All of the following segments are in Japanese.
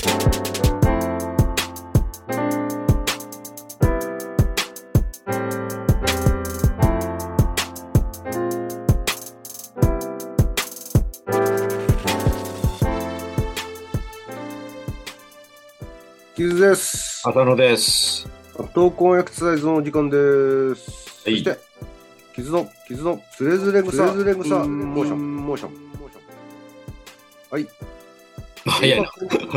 キズです。 浅野です。 闘魂エクササイズのお時間です。 はい、 そしてキズのつれづれ草モーション。はい。 早いな。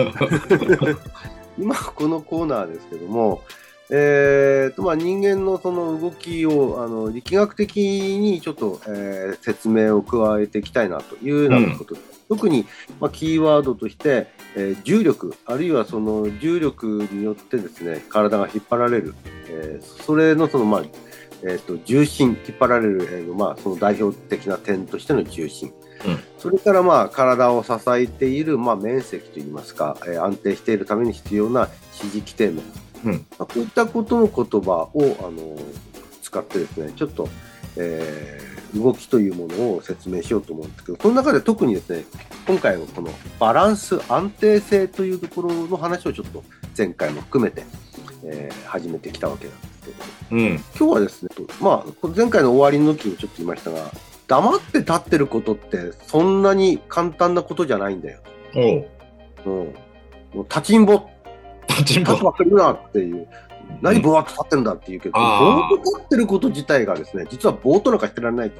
今このコーナーですけども、人間のその動きを力学的にちょっと、説明を加えていきたいなというようなことです。特に、キーワードとして、重力あるいはその重力によってですね体が引っ張られる、それのその、重心引っ張られる、その代表的な点としての重心、それから体を支えている、面積といいますか、安定しているために必要な支持基底面、こういったことの言葉を使ってですねちょっと、動きというものを説明しようと思うんですけど、その中で特にですね今回はこのバランス安定性というところの話をちょっと前回も含めて、始めてきたわけなんですけど、今日はですね、前回の終わりの時にちょっと言いましたが、黙って立ってることってそんなに簡単なことじゃないんだよ。もう立ちんぼ立つばっかりなっていう、何ぼーっと立ってるんだっていうけど、ぼーっと立ってること自体がですね実はぼーっとなんかしてられないと、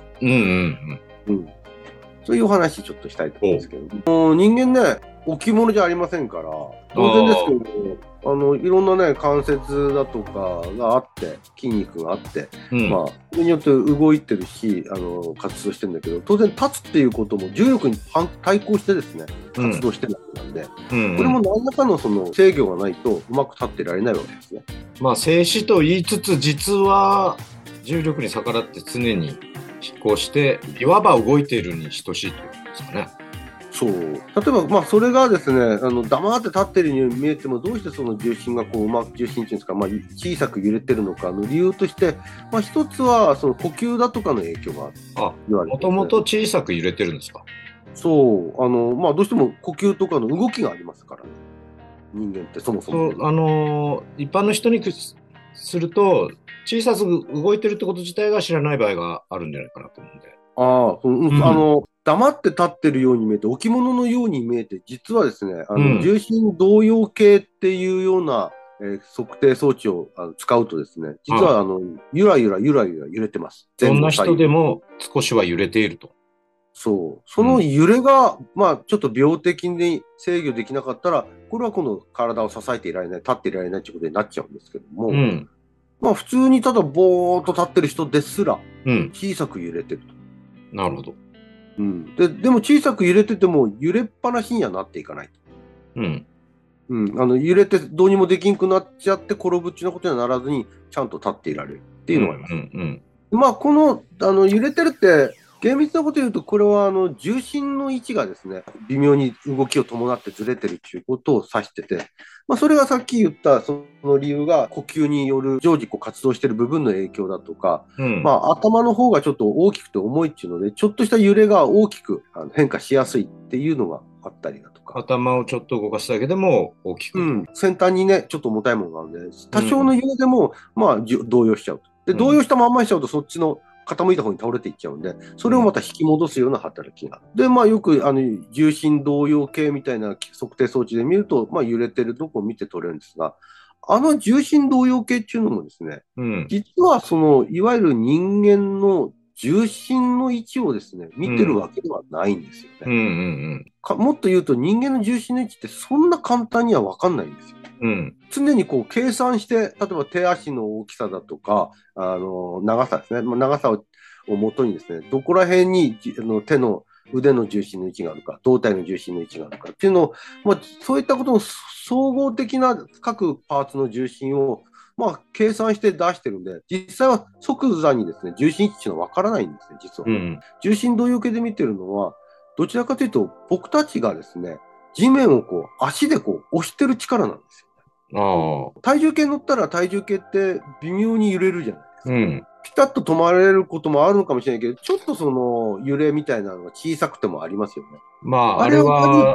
そういうお話ちょっとしたいと思うんですけど、もう人間ね置物じゃありませんから当然ですけど、いろんなね関節だとかがあって筋肉があって、それによって動いてるし活動してるんだけど、当然立つっていうことも重力に対抗してですね活動してるわけなんで、これも何らかのその制御がないとうまく立ってられないわけですね。 静止と言いつつ実は重力に逆らって常に飛行していわば動いているに等しいということですかね。 そう、例えばそれがですね黙って立ってるように見えても、どうしてその重心がこううまく重心っていうんですか、小さく揺れてるのかの理由として、一つはその呼吸だとかの影響が言われて、 もともと小さく揺れてるんですか。 そうどうしても呼吸とかの動きがありますからね、人間ってそもそも。 一般の人にすると小さく動いてるってこと自体が知らない場合があるんじゃないかなと思うんで。 黙って立ってるように見えて置物のように見えて、実はですね重心動揺計っていうような、測定装置を使うとですね、実はゆらゆら揺れてます。 どんな人でも少しは揺れていると。 その揺れが、ちょっと病的に制御できなかったら、これはこの体を支えていられない、立っていられないということになっちゃうんですけども、普通にただぼーっと立ってる人ですら小さく揺れてると。 なるほど。 でも小さく揺れてても揺れっぱなしにはなっていかないと。揺れてどうにもできんくなっちゃって転ぶっちゅうことにはならずにちゃんと立っていられるっていうのがあります。この揺れてるって厳密なこと言うと、これは重心の位置がですね微妙に動きを伴ってずれてるっていうことを指してて、それがさっき言ったその理由が呼吸による常時活動している部分の影響だとか、頭の方がちょっと大きくて重いっていうので、ちょっとした揺れが大きく変化しやすいっていうのがあったりだとか、 頭をちょっと動かすだけでも大きく、 先端にねちょっと重たいものがあるんで、多少の揺れでも動揺しちゃうと。で動揺したまんまにしちゃうとそっちの傾いた方に倒れていっちゃうんで、それをまた引き戻すような働きがある。でよく重心動揺計みたいな測定装置で見ると、揺れてるとこを見て取れるんですが、重心動揺計っていうのもですね、実はそのいわゆる人間の重心の位置をですね見てるわけではないんですよね。もっと言うと人間の重心の位置ってそんな簡単には分かんないんですよ。常に計算して、例えば手足の大きさだとか長さですね、長さをもとにですね、どこら辺に手の腕の重心の位置があるか、胴体の重心の位置があるかっていうのを、そういったことの総合的な各パーツの重心を計算して出してるんで、実際は即座にですね重心位置っていうのは分からないんですね、実は。重心動揺計で見てるのはどちらかというと、僕たちがですね地面を足で押してる力なんですよ。体重計乗ったら体重計って微妙に揺れるじゃないですか。ピタッと止まれることもあるのかもしれないけど、ちょっとその揺れみたいなのが小さくてもありますよね。 あれは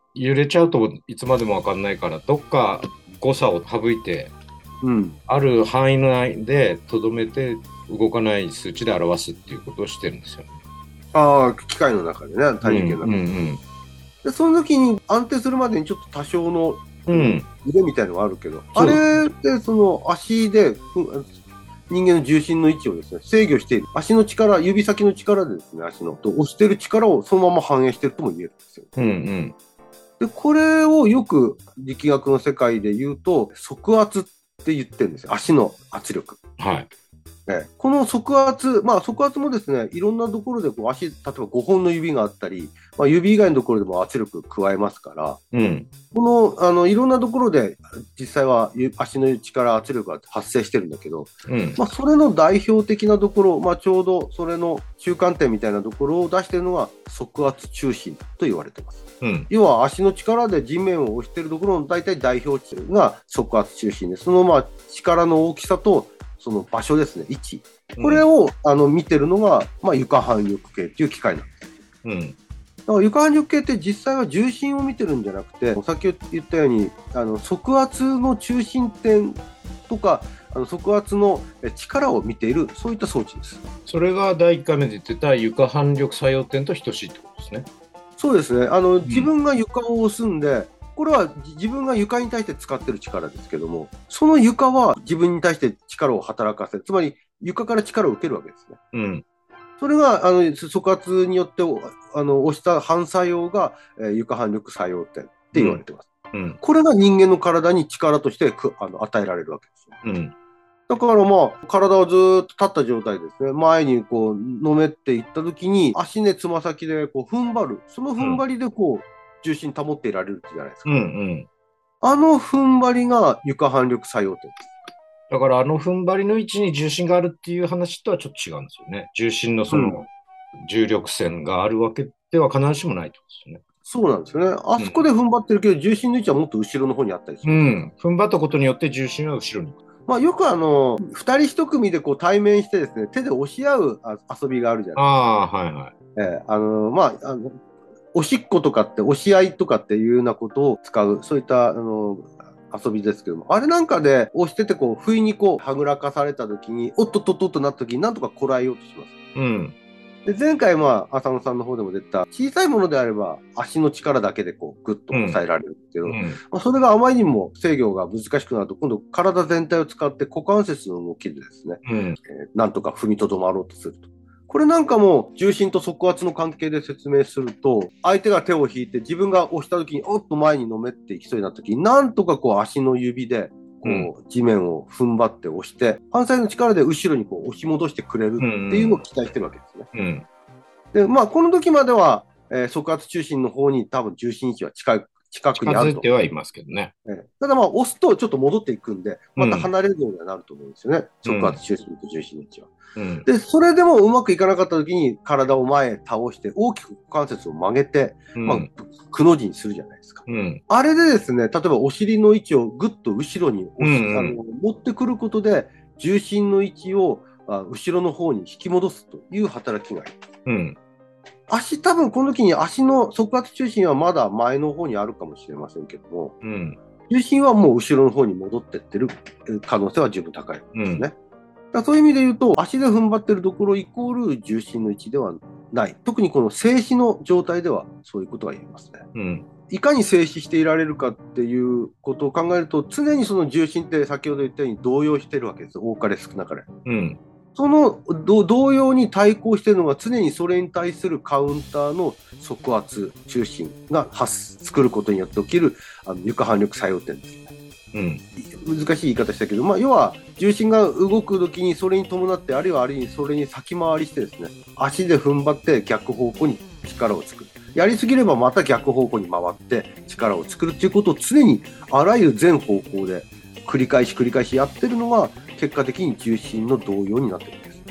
揺れちゃうといつまでも分かんないから、どっか誤差を省いて、ある範囲内でとどめて動かない数値で表すっていうことをしてるんですよね。 ああ、機械の中でね、体験の中で。で、その時に安定するまでにちょっと多少の腕みたいのがあるけど、あれってその足で人間の重心の位置をですね、制御している。足の力、指先の力でですね、足の押してる力をそのまま反映してるとも言えるんですよ。で、これをよく力学の世界で言うと、側圧って言ってるんですよ。足の圧力。 はい。 この側圧、側圧もですね、いろんなところでこう足、例えば5本の指があったり、指以外のところでも圧力加えますから、この、いろんなところで実際は足の力、圧力が発生してるんだけど、それの代表的なところ、ちょうどそれの中間点みたいなところを出しているのが側圧中心と言われています。要は足の力で地面を押しているところの大体代表値が側圧中心で、その力の大きさとその場所ですね、位置。これを、見てるのが、床反力計っていう機械なんです。だから床反力計って実際は重心を見てるんじゃなくて、さっき言ったように、側圧の中心点とか、側圧の力を見ている、そういった装置です。 それが第1回目で言ってた床反力作用点と等しいってことですね。 そうですね。自分が床を押すんで、これは自分が床に対して使ってる力ですけども、その床は自分に対して力を働かせる。つまり床から力を受けるわけですね。それが側圧によって押した反作用が、床反力作用点って言われてます。これが人間の体に力として与えられるわけですよ。だから体をずっと立った状態ですね、前にこうのめっていったときに、足ね、つま先でこう踏ん張る。その踏ん張りでこう、重心保っていられるじゃないですか。あの踏ん張りが床反力作用点です。 だから踏ん張りの位置に重心があるっていう話とはちょっと違うんですよね。重心のその重力線があるわけでは必ずしもないってことですよね。 そうなんですよね。あそこで踏ん張ってるけど、重心の位置はもっと後ろの方にあったりする。 踏ん張ったことによって重心は後ろに。 よく二人一組でこう対面してですね、手で押し合う遊びがあるじゃないですか。おしっことかって押し合いとかっていうようなことを使う、そういった遊びですけども、あれなんかで押しててこう不意にこうはぐらかされた時に、おっとっとっとっとなった時になんとかこらえようとします。で前回浅野さんの方でも出た小さいものであれば足の力だけでこうグッと抑えられるんですけど、それがあまりにも制御が難しくなると今度体全体を使って股関節の動きでですね、なんとか踏みとどまろうとすると。これなんかも重心と側圧の関係で説明すると、相手が手を引いて自分が押した時におっと前にのめっていきそうになった時に、なんとかこう足の指でこう地面を踏ん張って押して、反対の力で後ろにこう押し戻してくれるっていうのを期待してるわけですね。で、この時までは、側圧中心の方に多分重心位置は近くにあると。 近づいてはいますけどね。 ただ押すとちょっと戻っていくんで、また離れるようにはなると思うんですよね。側圧中心と重心の位置は。で、それでもうまくいかなかった時に体を前へ倒して大きく股関節を曲げて、くの字にするじゃないですか。あれでですね、例えばお尻の位置をぐっと後ろに持ってくることで、重心の位置を後ろの方に引き戻すという働きがあります。多分この時に足の側圧中心はまだ前の方にあるかもしれませんけども、重心はもう後ろの方に戻っていってる可能性は十分高いですね。そういう意味で言うと、足で踏ん張ってるところイコール重心の位置ではない。特にこの静止の状態ではそういうことが言えますね。いかに静止していられるかっていうことを考えると、常にその重心って先ほど言ったように動揺してるわけです。多かれ少なかれ。その動揺に対抗しているのが常にそれに対するカウンターの側圧中心が作ることによって起きる床反力作用点ですね。難しい言い方したけど、要は重心が動くときにそれに伴って、あるいはそれに先回りしてですね、足で踏ん張って逆方向に力を作る。やりすぎればまた逆方向に回って力を作るということを常にあらゆる全方向で繰り返しやってるのが結果的に重心の動揺になってるんです。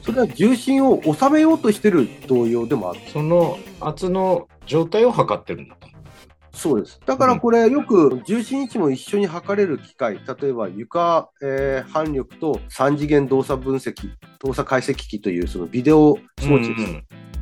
それは重心を収めようとしてる動揺でもある。 その圧の状態を測ってるんだと。 そうです。だからこれよく重心位置も一緒に測れる機械、例えば床、反力と3次元動作分析、動作解析機というそのビデオ装置です。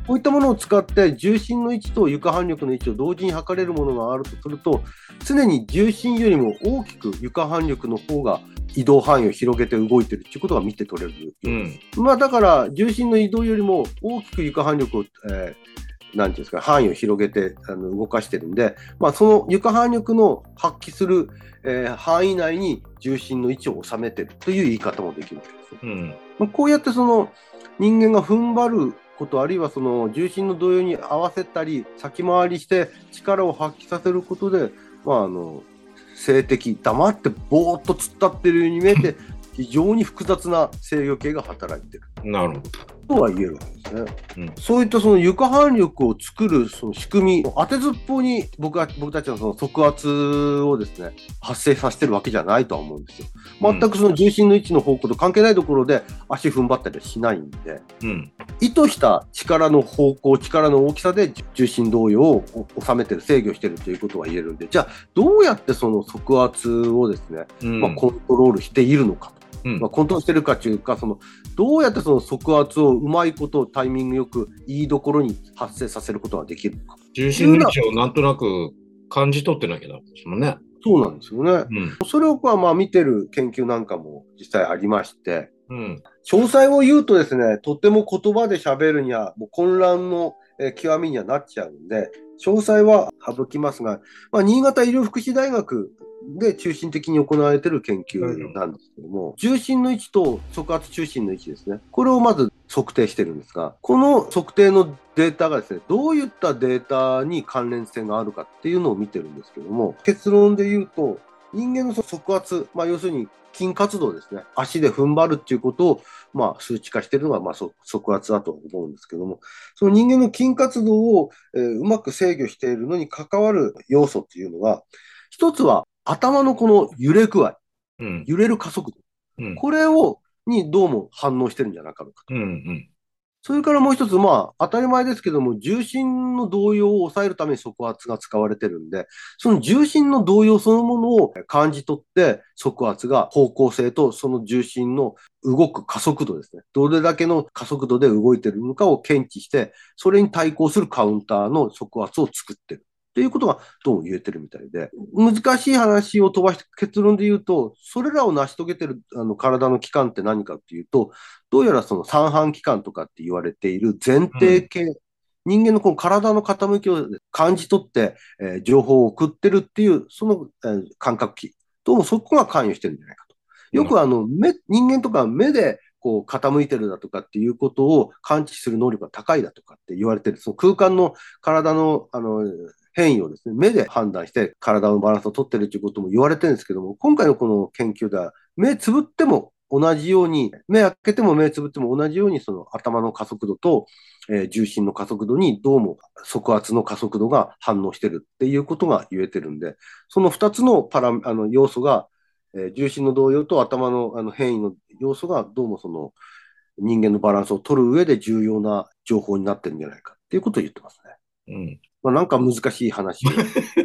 こういったものを使って重心の位置と床反力の位置を同時に測れるものがあるとすると、常に重心よりも大きく床反力の方が移動範囲を広げて動いてるっていうことが見て取れるようです。まあだから重心の移動よりも大きく床反力を、なんていうんですか、範囲を広げて動かしてるんで、まあ、その床反力の発揮する、範囲内に重心の位置を収めてるという言い方もできるわけです。こうやってその人間が踏ん張ること、あるいはその重心の動揺に合わせたり先回りして力を発揮させることで、まあ、静的、黙ってぼーっと突っ立っているように見えて非常に複雑な制御系が働いている。 なるほど。 とは言えるわけですね。そういったその床反力を作るその仕組み、当てずっぽうに僕たちのその側圧をですね、発生させてるわけじゃないとは思うんですよ。全くその重心の位置の方向と関係ないところで足踏ん張ったりはしないんで、意図した力の方向、力の大きさで重心動揺を収めてる、制御してるということは言えるんで、じゃあどうやってその側圧をですね、コントロールしているのかと。コントロールしてるかというか、どうやってその側圧をうまいことタイミングよくいいところに発生させることができるのか。 重心の位置をなんとなく感じ取ってなきゃダメですもんね。 そうなんですよね。それをまあ見てる研究なんかも実際ありまして、詳細を言うとですね、とても言葉で喋るにはもう混乱の極みにはなっちゃうんで、詳細は省きますが、新潟医療福祉大学で中心的に行われている研究なんですけども、重心の位置と側圧中心の位置ですね、これをまず測定してるんですが、この測定のデータがですね、どういったデータに関連性があるかっていうのを見てるんですけども、結論で言うと、人間の側圧、要するに筋活動ですね、足で踏ん張るっていうことを、数値化しているのが側圧だと思うんですけども、その人間の筋活動を、うまく制御しているのに関わる要素っていうのが、一つは頭のこの揺れ具合、揺れる加速度、これにどうも反応してるんじゃなかろうかと。それからもう一つ、当たり前ですけども、重心の動揺を抑えるために側圧が使われてるんで、その重心の動揺そのものを感じ取って、側圧が方向性とその重心の動く加速度ですね。どれだけの加速度で動いているのかを検知して、それに対抗するカウンターの側圧を作ってる。っていうことがどうも言えてるみたいで、難しい話を飛ばして結論で言うと、それらを成し遂げてる体の器官って何かっていうと、どうやらその三半規管とかって言われている前庭系、人間のこの体の傾きを感じ取って、情報を送ってるっていう、その、感覚器、どうもそこが関与してるんじゃないかと。よく人間とか目でこう傾いてるだとかっていうことを感知する能力が高いだとかって言われてる、その空間の体の変異をですね、目で判断して体のバランスを取ってるということも言われてるんですけども、今回のこの研究では、目つぶっても同じように、目開けても目つぶっても同じように、その頭の加速度と、重心の加速度にどうも側圧の加速度が反応してるっていうことが言えてるんで、その2つの要素が、重心の動揺と頭の変異の要素がどうもその人間のバランスを取る上で重要な情報になってるんじゃないかっていうことを言ってますね。なんか難しい話を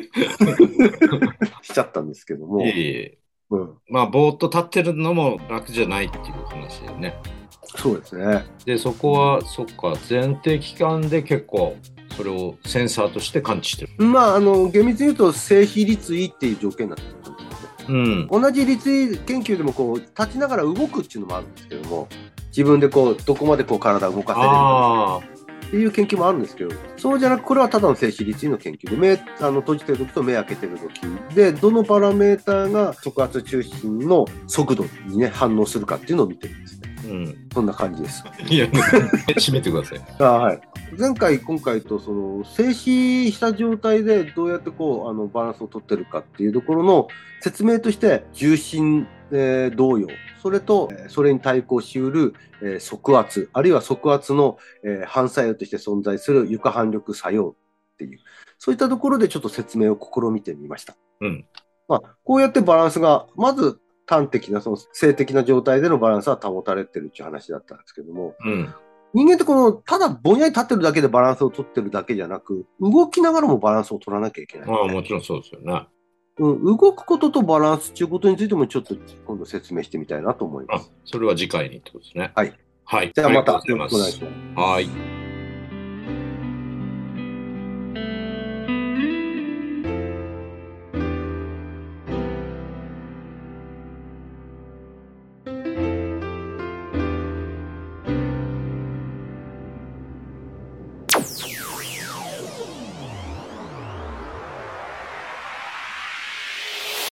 しちゃったんですけども。 ぼーっと立ってるのも楽じゃないっていう話だよね。 そうですね。 で、そこは、そっか、前庭器官で結構、それをセンサーとして感知してる。 厳密に言うと、正比立位っていう条件になってるんですね。同じ立位研究でも、立ちながら動くっていうのもあるんですけども、自分でどこまで体を動かせるかっていう研究もあるんですけど、そうじゃなく、これはただの正比立位の研究で、目閉じてる時と目開けてる時で、どのパラメーターが側圧中心の速度にね、反応するかっていうのを見てるんですね。そんな感じです。 いや、締めてください。 はい。前回、今回と、静止した状態でどうやってバランスを取ってるかっていうところの説明として、重心、動揺、それと、それに対抗しうる、側圧、あるいは側圧の、反作用として存在する床反力作用っていう、そういったところでちょっと説明を試みてみました。こうやってバランスが、まず、端的な、その静的な状態でのバランスは保たれてるっていう話だったんですけども、人間ってただぼんやり立ってるだけでバランスを取ってるだけじゃなく、動きながらもバランスを取らなきゃいけない、ね。 もちろんそうですよね。 動くこととバランスっていうことについてもちょっと今度説明してみたいなと思います。 それは次回にってことですね。 はい。 はい。 じゃあまたよろしくお願いします。 はい。